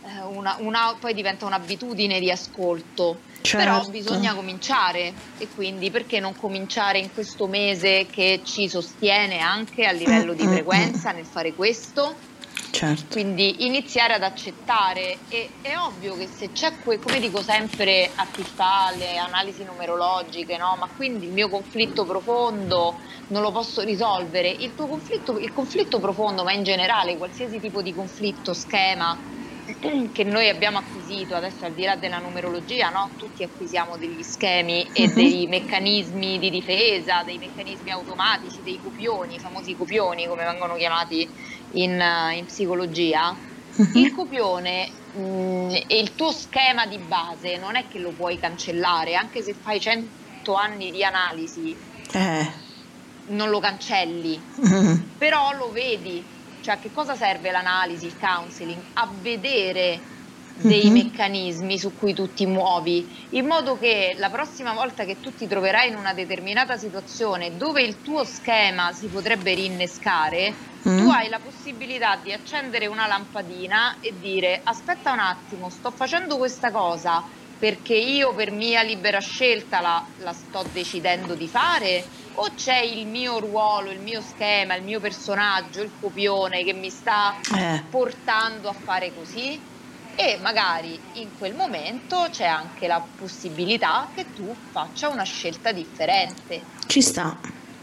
eh, una, una, poi diventa un'abitudine di ascolto.
Certo.
Però bisogna cominciare, e quindi perché non cominciare in questo mese che ci sostiene anche a livello di frequenza nel fare questo?
Certo.
Quindi iniziare ad accettare, e è ovvio che se c'è, que- come dico sempre a chi fa le analisi numerologiche, no? Ma quindi il mio conflitto profondo non lo posso risolvere. Il tuo conflitto, il conflitto profondo, ma in generale qualsiasi tipo di conflitto, schema che noi abbiamo acquisito, adesso al di là della numerologia, no? Tutti acquisiamo degli schemi e
Mhm.
dei meccanismi di difesa, dei meccanismi automatici, dei copioni, i famosi copioni come vengono chiamati in, eh, in psicologia.
Mhm.
Il copione mh, e il tuo schema di base non è che lo puoi cancellare, anche se fai cento anni di analisi,
Eh.
non lo cancelli,
Mhm.
però lo vedi. Cioè, a che cosa serve l'analisi, il counseling? A vedere dei
Mhm.
meccanismi su cui tu ti muovi, in modo che la prossima volta che tu ti troverai in una determinata situazione dove il tuo schema si potrebbe rinnescare, tu
Mm.
hai la possibilità di accendere una lampadina e dire: aspetta un attimo, sto facendo questa cosa perché io per mia libera scelta la, la sto decidendo di fare, o c'è il mio ruolo, il mio schema, il mio personaggio, il copione che mi sta
Eh.
portando a fare così? E magari in quel momento c'è anche la possibilità che tu faccia una scelta differente,
Ci sta.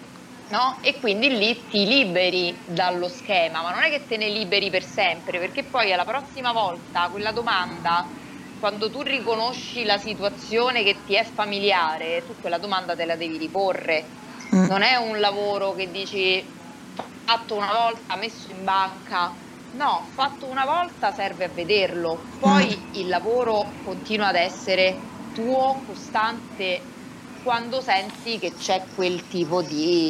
no? E quindi lì ti liberi dallo schema, ma non è che te ne liberi per sempre, perché poi alla prossima volta quella domanda, quando tu riconosci la situazione che ti è familiare, tu quella domanda te la devi riporre.
Mm.
Non è un lavoro che dici fatto una volta, messo in banca. No, fatto una volta serve a vederlo. Poi
Mm.
il lavoro continua ad essere tuo, costante, quando senti che c'è quel tipo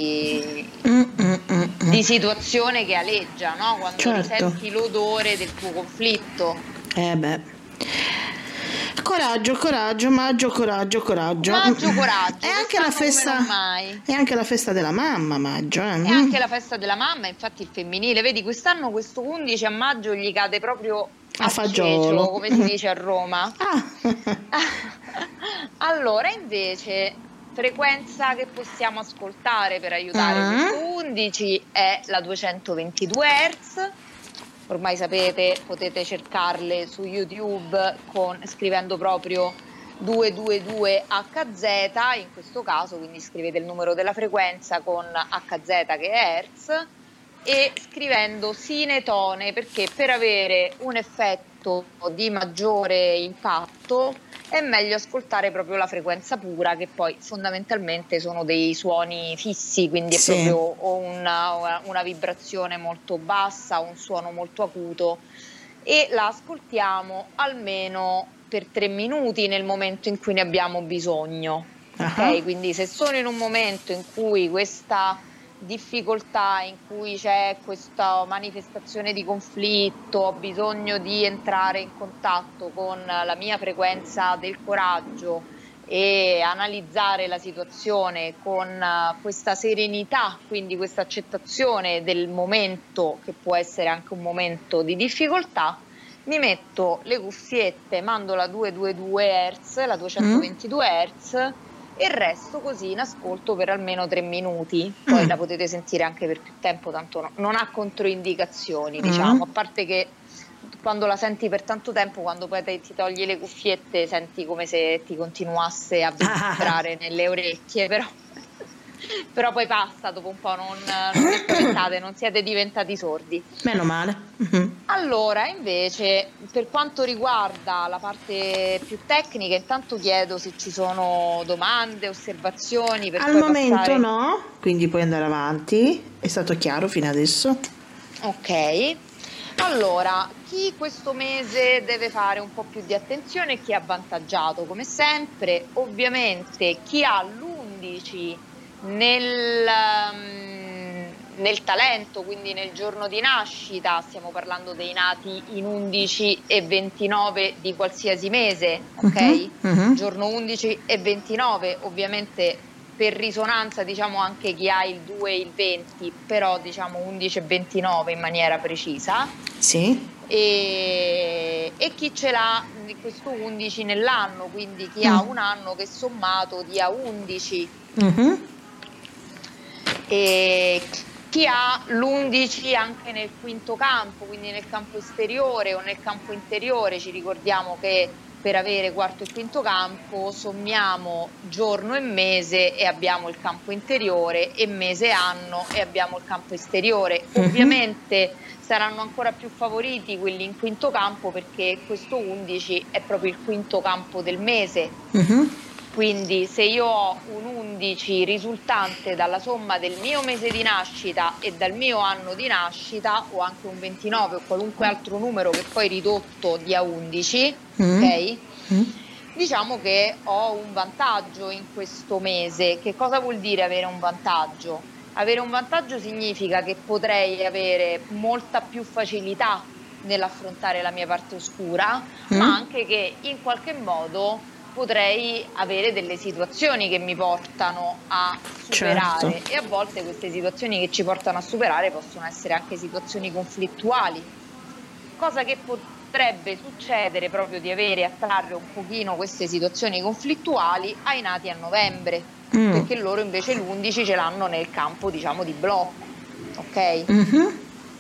di,
Mm, mm, mm, mm.
di situazione che aleggia, no? Quando
Certo.
risenti l'odore del tuo conflitto.
Eh beh. Coraggio, coraggio, maggio, coraggio, coraggio.
Maggio, coraggio,
È anche la
quest'anno come
festa.
non mai.
È anche la festa della mamma, maggio. Eh?
E anche la festa della mamma, infatti il femminile, vedi, quest'anno questo undici a maggio gli cade proprio
A
a
fagiolo.
cecio, come si dice a Roma.
Ah.
Allora, invece, frequenza che possiamo ascoltare per aiutare
Mm.
questo undici è la duecentoventidue hertz. Ormai sapete, potete cercarle su YouTube con, scrivendo proprio duecentoventidue H Z, in questo caso, quindi scrivete il numero della frequenza con H Z che è Hertz, e scrivendo sinetone, perché per avere un effetto di maggiore impatto è meglio ascoltare proprio la frequenza pura, che poi fondamentalmente sono dei suoni fissi, quindi è
Sì.
proprio o una, una vibrazione molto bassa, un suono molto acuto, e la ascoltiamo almeno per tre minuti nel momento in cui ne abbiamo bisogno. Ok?
Ah.
Quindi se sono in un momento in cui questa difficoltà, in cui c'è questa manifestazione di conflitto, ho bisogno di entrare in contatto con la mia frequenza del coraggio e analizzare la situazione con questa serenità, quindi questa accettazione del momento, che può essere anche un momento di difficoltà, mi metto le cuffiette, mando la duecentoventidue hertz, la duecentoventidue hertz, e resto così in ascolto per almeno tre minuti. Poi
Mm.
la potete sentire anche per più tempo, tanto no, non ha controindicazioni,
Mm.
diciamo, a parte che quando la senti per tanto tempo, quando poi te- ti togli le cuffiette, senti come se ti continuasse a vibrare nelle orecchie, però, però poi passa dopo un po', non, non vi spaventate, non siete diventati sordi.
Meno male. Mhm.
Allora, invece, per quanto riguarda la parte più tecnica, intanto chiedo se ci sono domande, osservazioni, per
Al
poi
momento
passare...
no, quindi puoi andare avanti. È stato chiaro fino adesso?
Ok. Allora, chi questo mese deve fare un po' più di attenzione e chi è avvantaggiato, come sempre, ovviamente chi ha l'undici nel, um, nel talento, quindi nel giorno di nascita, stiamo parlando dei nati in undici e ventinove di qualsiasi mese, ok?
Mhm, mhm.
Giorno undici e ventinove, ovviamente per risonanza diciamo anche chi ha il due e il venti, però diciamo undici e ventinove in maniera precisa.
Sì.
e, e chi ce l'ha questo undici nell'anno, quindi chi
Mm.
ha un anno che sommato dia undici.
Mhm.
E chi ha l'undici anche nel quinto campo, quindi nel campo esteriore o nel campo interiore. Ci ricordiamo che per avere quarto e quinto campo sommiamo giorno e mese e abbiamo il campo interiore, e mese e anno e abbiamo il campo esteriore.
Mhm.
Ovviamente saranno ancora più favoriti quelli in quinto campo, perché questo undici è proprio il quinto campo del mese.
Mhm.
Quindi se io ho un undici risultante dalla somma del mio mese di nascita e dal mio anno di nascita, o anche un ventinove o qualunque altro numero che poi ridotto dia undici,
Mm.
ok?
Mm.
Diciamo che ho un vantaggio in questo mese. Che cosa vuol dire avere un vantaggio? Avere un vantaggio significa che potrei avere molta più facilità nell'affrontare la mia parte oscura,
Mm.
ma anche che in qualche modo potrei avere delle situazioni che mi portano a superare.
Certo.
E a volte queste situazioni che ci portano a superare possono essere anche situazioni conflittuali, cosa che potrebbe succedere proprio di avere a trarre un pochino queste situazioni conflittuali ai nati a novembre,
Mm.
perché loro invece l'undici ce l'hanno nel campo, diciamo, di blocco, ok?
Mhm.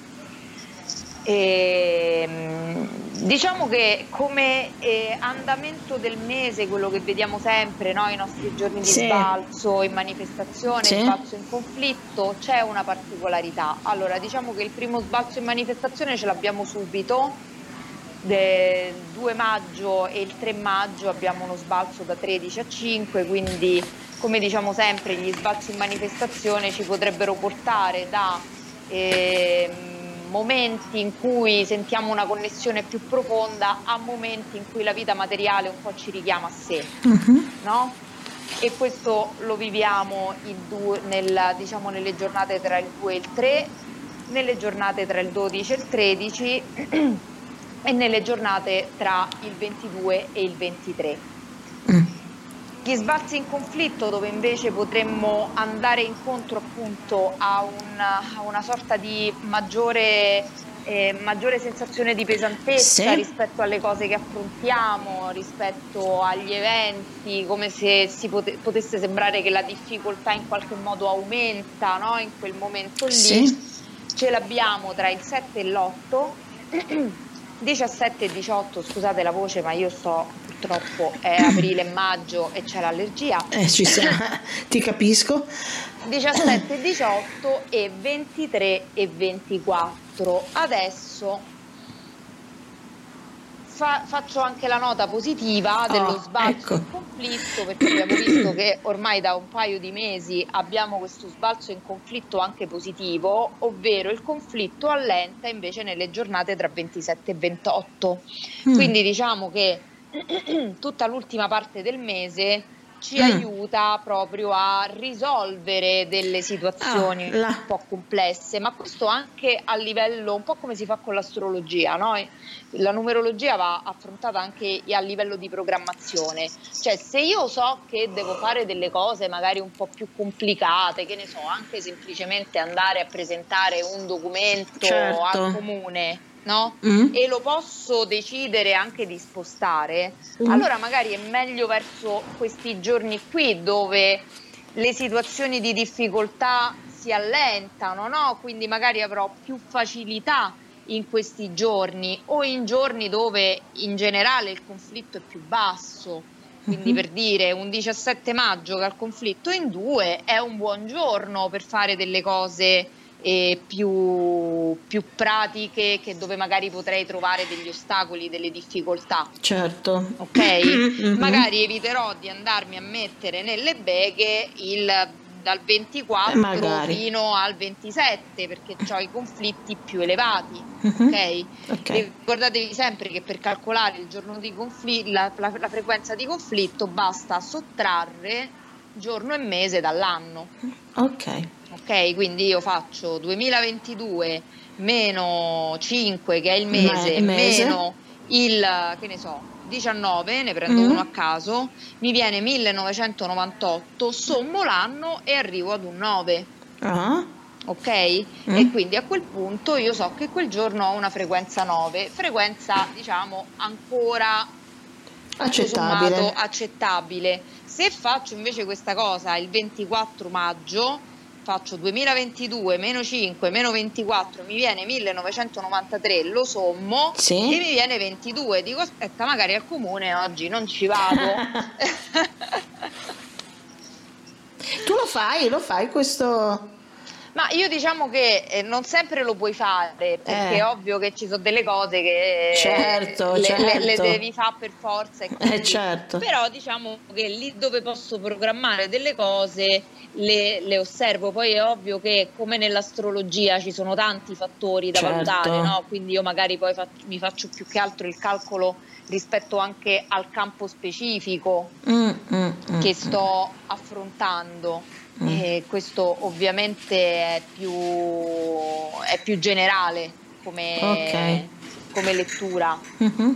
E, mm, diciamo che come eh, andamento del mese, quello che vediamo sempre, no? I nostri giorni di
Sì.
sbalzo in manifestazione,
Sì.
sbalzo in conflitto, c'è una particolarità. Allora, diciamo che il primo sbalzo in manifestazione ce l'abbiamo subito, del due maggio e il tre maggio abbiamo uno sbalzo da tredici a cinque, quindi come diciamo sempre gli sbalzi in manifestazione ci potrebbero portare da ehm, momenti in cui sentiamo una connessione più profonda a momenti in cui la vita materiale un po' ci richiama a sé,
Mhm.
no? E questo lo viviamo il due, nel, diciamo, nelle giornate tra il due e il tre, nelle giornate tra il dodici e il tredici e nelle giornate tra il ventidue e il ventitré.
Mm.
Gli sbalzi in conflitto, dove invece potremmo andare incontro appunto a una, a una sorta di maggiore, eh, maggiore sensazione di pesantezza
Sì.
rispetto alle cose che affrontiamo, rispetto agli eventi, come se si pote- potesse sembrare che la difficoltà in qualche modo aumenta, no? In quel momento lì.
Sì.
Ce l'abbiamo tra il sette e l'otto, diciassette e diciotto, scusate la voce, ma io sto, purtroppo è aprile e maggio e c'è l'allergia.
Eh, ci sta. Ti capisco.
diciassette e diciotto e ventitré e ventiquattro. Adesso fa- faccio anche la nota positiva dello
Oh,
sbalzo
ecco.
in conflitto, perché abbiamo visto che ormai da un paio di mesi abbiamo questo sbalzo in conflitto anche positivo, ovvero il conflitto allenta invece nelle giornate tra ventisette e ventotto.
Mm.
Quindi diciamo che tutta l'ultima parte del mese ci
Mm.
aiuta proprio a risolvere delle
Ah,
situazioni un
la...
po' complesse, ma questo anche a livello, un po' come si fa con l'astrologia, no? La numerologia va affrontata anche a livello di programmazione, cioè se io so che devo fare delle cose magari un po' più complicate, che ne so, anche semplicemente andare a presentare un documento
Certo.
al comune, no?
Mm.
E lo posso decidere anche di spostare,
Mm.
allora magari è meglio verso questi giorni qui dove le situazioni di difficoltà si allentano, no? Quindi magari avrò più facilità in questi giorni, o in giorni dove in generale il conflitto è più basso. Quindi
Mhm.
per dire, un diciassette maggio che ha il conflitto in due è un buon giorno per fare delle cose eh, più, più pratiche, che dove magari potrei trovare degli ostacoli, delle difficoltà.
Certo.
Ok?
Mhm.
Magari eviterò di andarmi a mettere nelle beghe il, dal
Eh,
ventiquattro
magari.
fino al ventisette, perché ho i conflitti più elevati.
Mhm.
Ok?
Ok.
Ricordatevi sempre che per calcolare il giorno di conflitto, la, la- la frequenza di conflitto, basta sottrarre giorno e mese dall'anno.
Ok.
Ok, quindi io faccio duemilaventidue meno cinque, che è il
Me-
mese,
mese.
meno il, che ne so, diciannove, ne prendo
Mm.
uno a caso, mi viene millenovecentonovantotto, sommo l'anno e arrivo ad un nove.
Ah.
ok? Mm. E quindi a quel punto io so che quel giorno ho una frequenza nove, frequenza diciamo ancora
accettabile.
Sommato, accettabile. Se faccio invece questa cosa il ventiquattro maggio, faccio duemilaventidue meno cinque meno ventiquattro, mi viene millenovecentonovantatré, lo sommo, sì, e mi viene ventidue. Dico aspetta, magari al comune oggi non ci vado.
Tu lo fai, lo fai questo?
Ma io diciamo che eh, non sempre lo puoi fare, perché eh. è ovvio che ci sono delle cose che
certo,
le,
certo.
le, le devi fare per forza. E quindi,
eh, certo.
Però diciamo che lì dove posso programmare delle cose le, le osservo. Poi è ovvio che come nell'astrologia ci sono tanti fattori da certo. valutare, no? Quindi io magari poi faccio, mi faccio più che altro il calcolo rispetto anche al campo specifico mm, mm, mm, che sto affrontando. E questo ovviamente è più, è più generale come, okay. come lettura. Mm-hmm.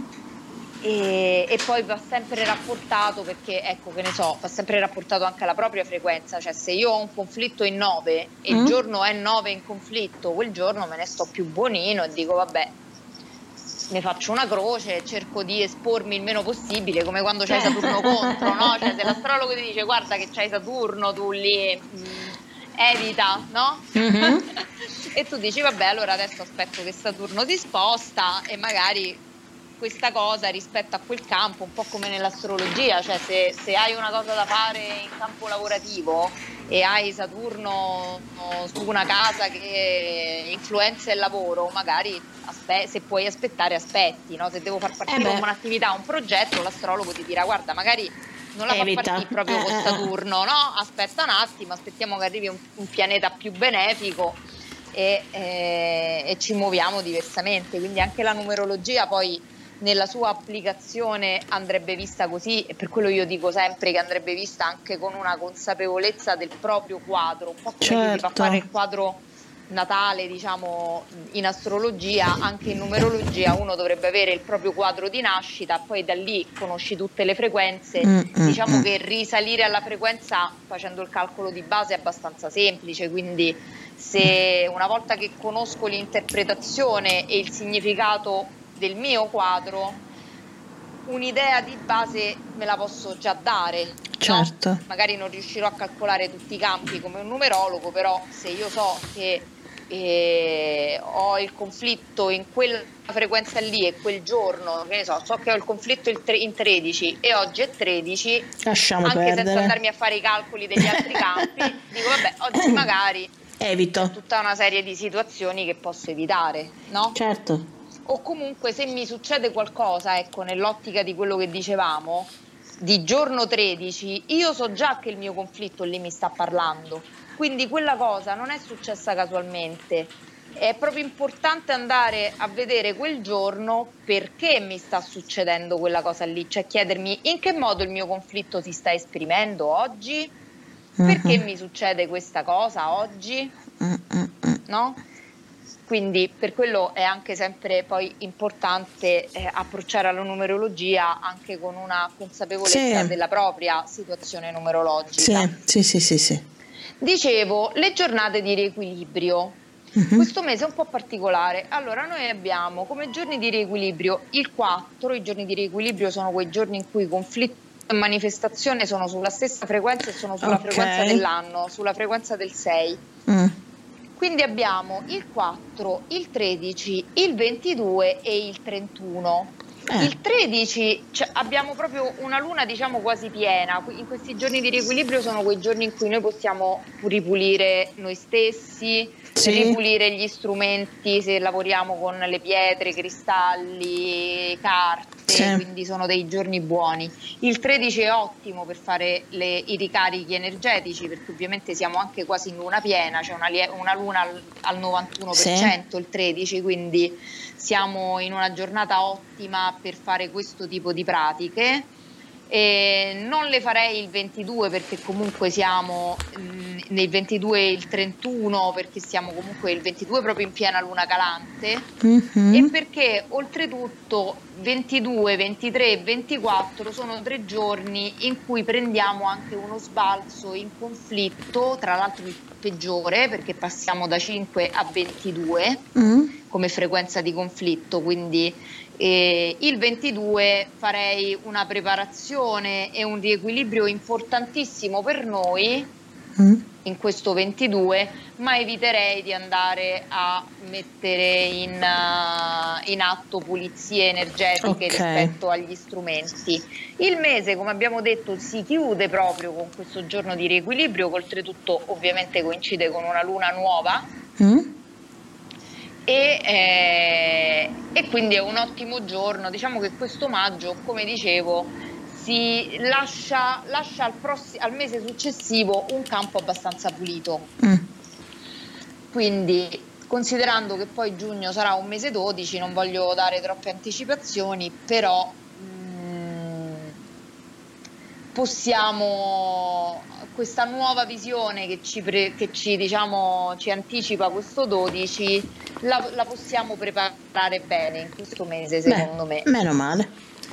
E, e poi va sempre rapportato, perché ecco, che ne so, va sempre rapportato anche alla propria frequenza. Cioè se io ho un conflitto in nove e mm. il giorno è nove in conflitto, quel giorno me ne sto più buonino e dico vabbè, ne faccio una croce, cerco di espormi il meno possibile, come quando c'hai Saturno contro, no? Cioè se l'astrologo ti dice guarda che c'hai Saturno, tu lì mh, evita, no? Mm-hmm. E tu dici vabbè, allora adesso aspetto che Saturno si sposta e magari questa cosa rispetto a quel campo, un po' come nell'astrologia, cioè se, se hai una cosa da fare in campo lavorativo e hai Saturno su una casa che influenza il lavoro, magari aspe- se puoi aspettare aspetti, no? Se devo far partire eh un'attività, un progetto, l'astrologo ti dirà guarda magari non la Evita. fa partire proprio con Saturno, no? Aspetta un attimo, aspettiamo che arrivi un, un pianeta più benefico e, eh, e ci muoviamo diversamente. Quindi anche la numerologia poi nella sua applicazione andrebbe vista così, e per quello io dico sempre che andrebbe vista anche con una consapevolezza del proprio quadro, un po' come certo. si fa fare il quadro natale, diciamo, in astrologia, anche in numerologia uno dovrebbe avere il proprio quadro di nascita, poi da lì conosci tutte le frequenze. Mm, diciamo mm, che risalire alla frequenza facendo il calcolo di base è abbastanza semplice, quindi se una volta che conosco l'interpretazione e il significato del mio quadro, un'idea di base me la posso già dare, certo. no? Magari non riuscirò a calcolare tutti i campi come un numerologo, però se io so che eh, ho il conflitto in quella frequenza lì e quel giorno, che ne so, so che ho il conflitto in tredici e oggi è tredici, lasciamo anche perdere. Senza andarmi a fare i calcoli degli altri campi, dico vabbè, oggi magari evito c'è tutta una serie di situazioni che posso evitare, no?
Certo.
O comunque se mi succede qualcosa, ecco, nell'ottica di quello che dicevamo, di giorno tredici, io so già che il mio conflitto lì mi sta parlando, quindi quella cosa non è successa casualmente, è proprio importante andare a vedere quel giorno perché mi sta succedendo quella cosa lì, cioè chiedermi in che modo il mio conflitto si sta esprimendo oggi, perché uh-huh. mi succede questa cosa oggi, uh-uh. no? Quindi per quello è anche sempre poi importante eh, approcciare alla numerologia anche con una consapevolezza sì. della propria situazione numerologica.
Sì, sì, sì, sì, sì.
Dicevo, le giornate di riequilibrio. Uh-huh. Questo mese è un po' particolare. Allora, noi abbiamo come giorni di riequilibrio il quattro, i giorni di riequilibrio sono quei giorni in cui conflitto e manifestazione sono sulla stessa frequenza e sono sulla okay. frequenza dell'anno, sulla frequenza del sei. Mm. Quindi abbiamo il quattro, il tredici, il ventidue e il trentuno. Eh. Il tredici cioè, abbiamo proprio una luna diciamo quasi piena. In questi giorni di riequilibrio sono quei giorni in cui noi possiamo ripulire noi stessi, sì. ripulire gli strumenti se lavoriamo con le pietre, cristalli, carte, sì. quindi sono dei giorni buoni. Il tredici è ottimo per fare le, i ricarichi energetici, perché ovviamente siamo anche quasi in luna piena, c'è cioè una, una luna al, al novantuno per cento sì. il tredici, quindi siamo in una giornata ottima per fare questo tipo di pratiche. E non le farei il ventidue perché comunque siamo mh, nel ventidue e il trentuno, perché siamo comunque il ventidue proprio in piena luna calante,
Mhm.
e perché oltretutto ventidue, ventitré e ventiquattro sono tre giorni in cui prendiamo anche uno sbalzo in conflitto, tra l'altro il peggiore, perché passiamo da cinque a ventidue
Mm.
come frequenza di conflitto, quindi eh, il ventidue farei una preparazione e un riequilibrio importantissimo per noi
Mm.
in questo ventidue, ma eviterei di andare a mettere in, uh, in atto pulizie energetiche
Ok.
rispetto agli strumenti. Il mese, come abbiamo detto, si chiude proprio con questo giorno di riequilibrio, che oltretutto ovviamente coincide con una luna nuova.
Mm.
E, eh, e quindi è un ottimo giorno. Diciamo che questo maggio, come dicevo, si lascia, lascia al, prossi- al mese successivo un campo abbastanza pulito.
Mm.
Quindi, considerando che poi giugno sarà un mese dodici, non voglio dare troppe anticipazioni, però mm, possiamo, questa nuova visione che ci, pre- che ci, diciamo, ci anticipa questo dodici, la, la possiamo preparare bene in questo mese,
Beh,
secondo me.
meno male.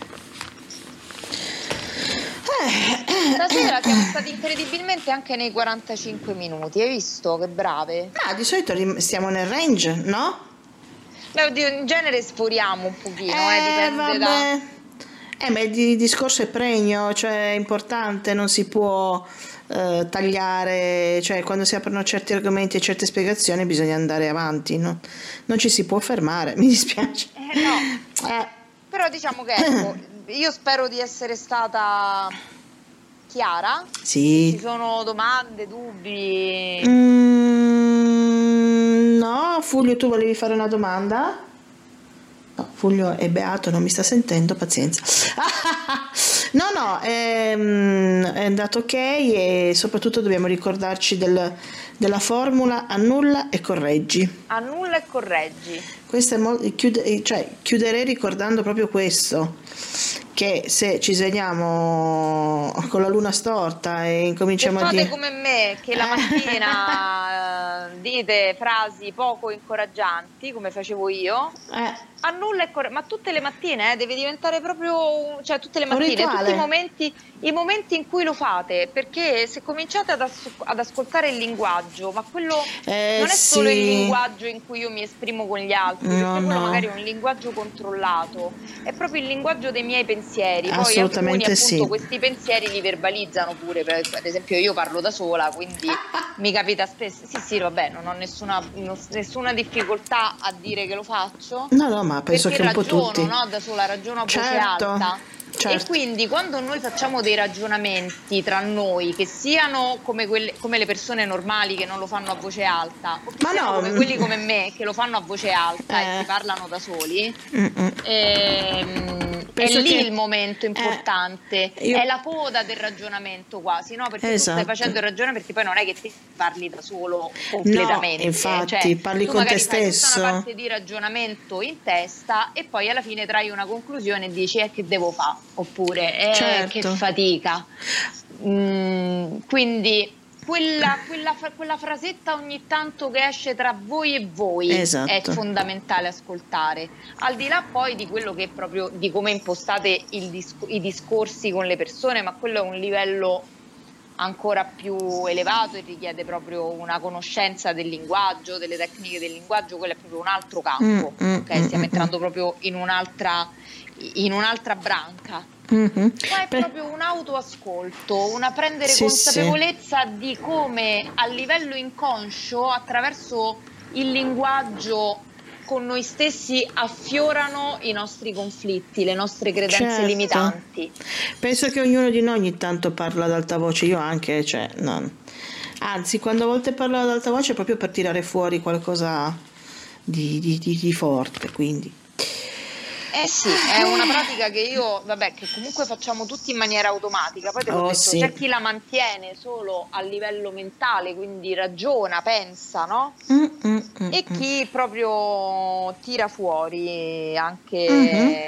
Stasera siamo stati incredibilmente anche nei quarantacinque minuti, hai visto che brave?
Ma di solito rim- stiamo nel range, no?
Beh, oddio, in genere sforiamo un pochino, eh,
Eh,
dipende da...
vabbè. Eh, ma il di- discorso è pregno, cioè è importante, non si può eh, tagliare, cioè quando si aprono certi argomenti e certe spiegazioni bisogna andare avanti, no? Non ci si può fermare, mi dispiace.
Eh, no.
Eh,
Però diciamo che, ecco, io spero di essere stata chiara.
sì.
Ci sono domande, dubbi?
Mm, no, Fulvio, tu volevi fare una domanda? No, Fulvio è beato, non mi sta sentendo, pazienza. No, no, ehm, è andato ok e soprattutto dobbiamo ricordarci del- della formula annulla e correggi.
Annulla e correggi.
Questo è molto, chiude- cioè, chiuderei ricordando proprio questo, che se ci svegliamo con la luna storta e
Se
incominciamo a
fate
dire...
come me, che la mattina eh, dite frasi poco incoraggianti, come facevo io,
Eh,
annulla e correggi, ma tutte le mattine, eh, deve diventare proprio, un- cioè tutte le
un
mattine, tutti i
rituale.
momenti, i momenti in cui lo fate, perché se cominciate ad, as- ad ascoltare il linguaggio, ma quello
Eh,
non è solo il
sì.
linguaggio in cui io mi esprimo con gli altri,
No,
perché quello
no.
magari è un linguaggio controllato, è proprio il linguaggio dei miei pensieri. Poi
Assolutamente
alcuni appunto
sì.
questi pensieri li verbalizzano pure, per- ad esempio io parlo da sola, quindi mi capita spesso, sì sì vabbè, non ho nessuna, non- nessuna difficoltà a dire che lo faccio,
No, no, ma penso
perché
che un po'
ragiono,
tutti.
no? Da sola ragiono a voce
Certo,
alta. E
certo.
quindi quando noi facciamo dei ragionamenti tra noi, che siano come, quelle, come le persone normali che non lo fanno a voce alta, o che
Ma
siano
no,
come quelli come me che lo fanno a voce alta e
Eh.
si parlano da soli,
Mm-mm.
ehm, è
Penso
lì
che-
il momento importante,
eh, io-
è la coda del ragionamento quasi, no? Perché tu
Esatto.
stai facendo il ragionamento, perché poi non è che ti parli da solo completamente,
No, infatti,
cioè,
parli
tu
con
magari
te
fai tutta
stesso.
una parte di ragionamento in testa e poi alla fine trai una conclusione e dici eh, che devo fare, oppure eh,
Certo.
che fatica. Mm, quindi quella, quella, fra- quella frasetta ogni tanto che esce tra voi e voi
Esatto.
è fondamentale ascoltare, al di là poi di quello che è proprio di come impostate il dis- i discorsi con le persone, ma quello è un livello ancora più elevato e richiede proprio una conoscenza del linguaggio, delle tecniche del linguaggio, quello è proprio un altro campo,
Mm, mm,
ok?
mm,
Stiamo
mm,
entrando proprio in un'altra, in un'altra branca.
Mhm.
Qua è
Beh,
proprio un autoascolto, una prendere
Sì,
consapevolezza di come a livello inconscio, attraverso il linguaggio con noi stessi, affiorano i nostri conflitti, le nostre credenze
certo.
limitanti.
Penso che ognuno di noi ogni tanto parla ad alta voce, io anche, cioè, non. Anzi, quando a volte parlo ad alta voce è proprio per tirare fuori qualcosa di, di- di- di forte, quindi.
Eh sì, è una pratica che io, vabbè, che comunque facciamo tutti in maniera automatica. Poi te l'ho
Oh,
detto,
sì.
c'è chi la mantiene solo a livello mentale, quindi ragiona, pensa, no?
Mm, mm, mm,
E
mm.
chi proprio tira fuori anche
Mhm.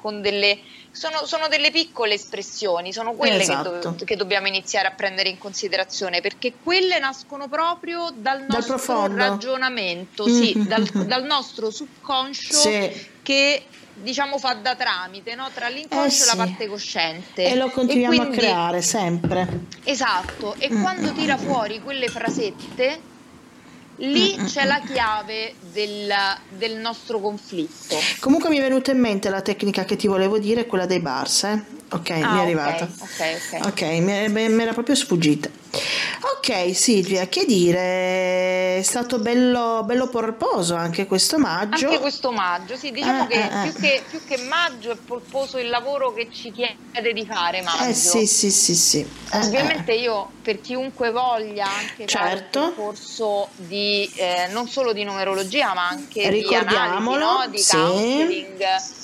con delle sono, sono delle piccole espressioni, sono quelle
Esatto.
che, do, che dobbiamo iniziare a prendere in considerazione, perché quelle nascono proprio dal
Dal
nostro
profondo.
ragionamento, sì,
Mhm.
dal, dal nostro subconscio,
Sì.
che diciamo fa da tramite, no? Tra l'inconscio
Eh
e
sì.
la parte cosciente.
E lo continuiamo
quindi,
a creare sempre.
Esatto, e
Mm,
quando
mm,
tira
mm.
fuori quelle frasette, lì
Mm, mm,
c'è
mm.
la chiave del, del nostro conflitto.
Comunque mi è venuta in mente la tecnica che ti volevo dire, quella dei bars, eh? Ok, mi è
Ah,
arrivata.
ok, ok, ok.
Ok, mi è- mi era proprio sfuggita. Ok, Silvia, che dire? È stato bello, bello polposo anche questo maggio.
Anche questo maggio, sì, diciamo
Eh,
che,
eh,
più
eh.
che più che maggio è polposo il lavoro che ci chiede di fare maggio.
Eh sì, sì, sì, sì. Eh,
Ovviamente
eh.
io, per chiunque voglia anche fare un
Certo.
percorso di eh, non solo di numerologia, ma anche di analisi,
Ricordiamolo,
no? Di
sì.
counseling,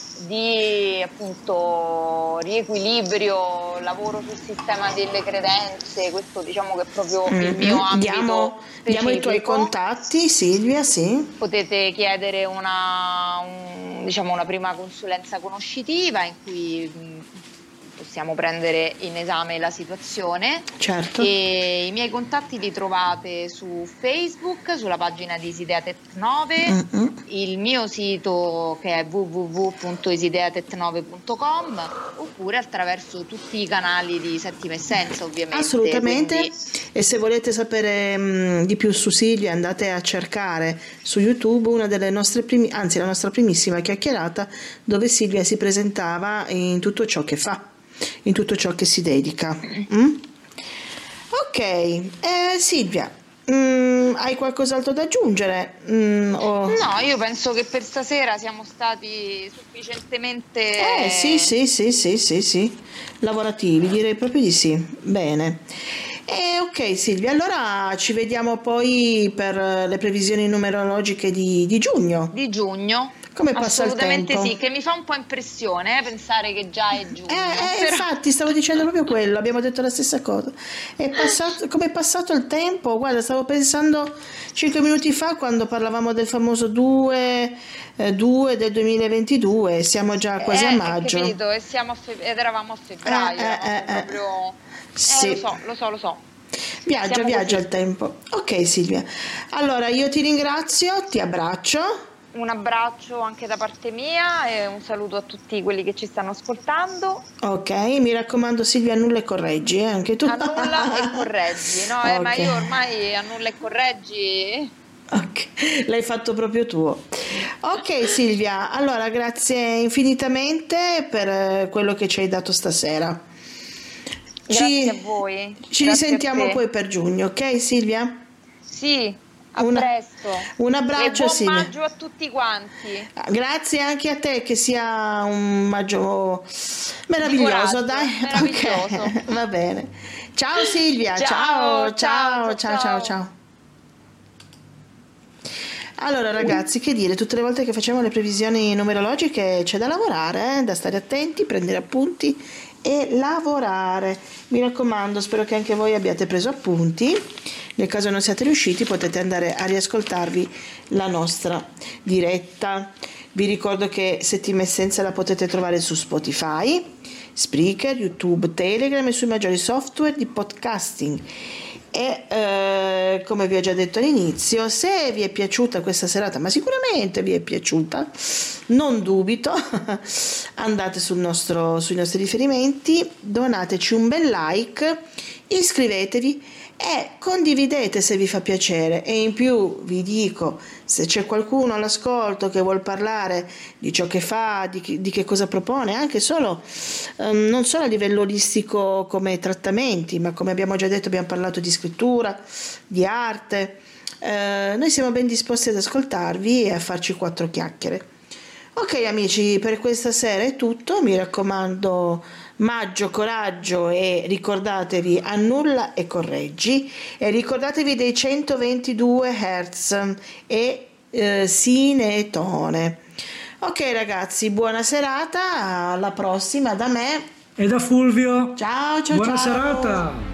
di appunto riequilibrio, lavoro sul sistema delle credenze, questo diciamo che è proprio il mio
Mm-mm.
ambito
Diamo, diamo i tuoi
specifico.
contatti, Silvia, sì.
Potete chiedere una, un- diciamo una prima consulenza conoscitiva in cui mh, possiamo prendere in esame la situazione.
Certo.
E i miei contatti li trovate su Facebook, sulla pagina di Isideatet nove,
Mm-mm.
il mio sito che è w w w punto isideatet nove punto com, oppure attraverso tutti i canali di Settima Essenza, ovviamente.
Assolutamente.
Quindi,
E se volete sapere mh, di più su Silvia, andate a cercare su YouTube una delle nostre primi, anzi la nostra primissima chiacchierata, dove Silvia si presentava in tutto ciò che fa, in tutto ciò che si dedica. Mm? Ok, eh, Silvia, mm, hai qualcos'altro da aggiungere? Mm, o-
no, io penso che per stasera siamo stati sufficientemente...
Eh sì, sì, sì, sì, sì, sì, lavorativi, direi proprio di sì. Bene. E ok Silvia, allora ci vediamo poi per le previsioni numerologiche di, di giugno.
Di giugno.
Come passa il
Assolutamente
tempo?
sì, che mi fa un po' impressione eh, pensare che già è giugno.
Eh, eh,
però-
infatti stavo dicendo proprio quello, abbiamo detto la stessa cosa. È passato, come è passato il tempo? Guarda, stavo pensando cinque minuti fa quando parlavamo del famoso due del duemilaventidue, siamo già quasi
eh,
a
è
maggio.
capito, e siamo a feb- ed eravamo a febbraio,
Eh, eh,
eravamo
eh, eh.
proprio...
Sì.
Eh, lo so, lo so, lo so.
Viaggia,
Siamo
viaggia
così.
il tempo. Ok Silvia, allora io ti ringrazio, ti abbraccio.
Un abbraccio anche da parte mia e un saluto a tutti quelli che ci stanno ascoltando.
Ok, mi raccomando Silvia, annulla e correggi, eh, anche tu.
Annulla e correggi, no? Eh, ma
Ok.
io ormai annulla e correggi.
Ok, l'hai fatto proprio tuo. Ok Silvia, allora grazie infinitamente per eh, quello che ci hai dato stasera.
Grazie a voi.
Ci
Grazie a
risentiamo
te.
poi per giugno, ok Silvia?
Sì, a
Una-
presto.
un abbraccio,
e buon
Silvia.
maggio a tutti quanti.
Grazie anche a te, che sia un maggio meraviglioso,
coraggio,
dai.
meraviglioso.
Ok, va bene. Ciao Silvia,
Ciao,
ciao, ciao,
ciao,
ciao, ciao,
ciao.
ciao. Allora ragazzi, che dire, tutte le volte che facciamo le previsioni numerologiche c'è da lavorare, eh, da stare attenti, prendere appunti e lavorare. Mi raccomando, spero che anche voi abbiate preso appunti. Nel caso non siate riusciti, potete andare a riascoltarvi la nostra diretta. Vi ricordo che Settima Essenza la potete trovare su Spotify, Spreaker, YouTube, Telegram e sui maggiori software di podcasting. E eh, come vi ho già detto all'inizio, se vi è piaciuta questa serata, ma sicuramente vi è piaciuta, non dubito, andate sul nostro, sui nostri riferimenti, donateci un bel like, iscrivetevi e condividete se vi fa piacere. E in più vi dico, se c'è qualcuno all'ascolto che vuol parlare di ciò che fa, di che, di che cosa propone, anche solo ehm, non solo a livello olistico come trattamenti, ma come abbiamo già detto, abbiamo parlato di scrittura, di arte, eh, noi siamo ben disposti ad ascoltarvi e a farci quattro chiacchiere. Ok amici, per questa sera è tutto, mi raccomando, maggio, coraggio, e ricordatevi, annulla e correggi, e ricordatevi dei centoventidue hertz e eh, sinetone. Ok ragazzi, buona serata, alla prossima da me
E da Fulvio.
Ciao, ciao,
Buona
ciao.
serata.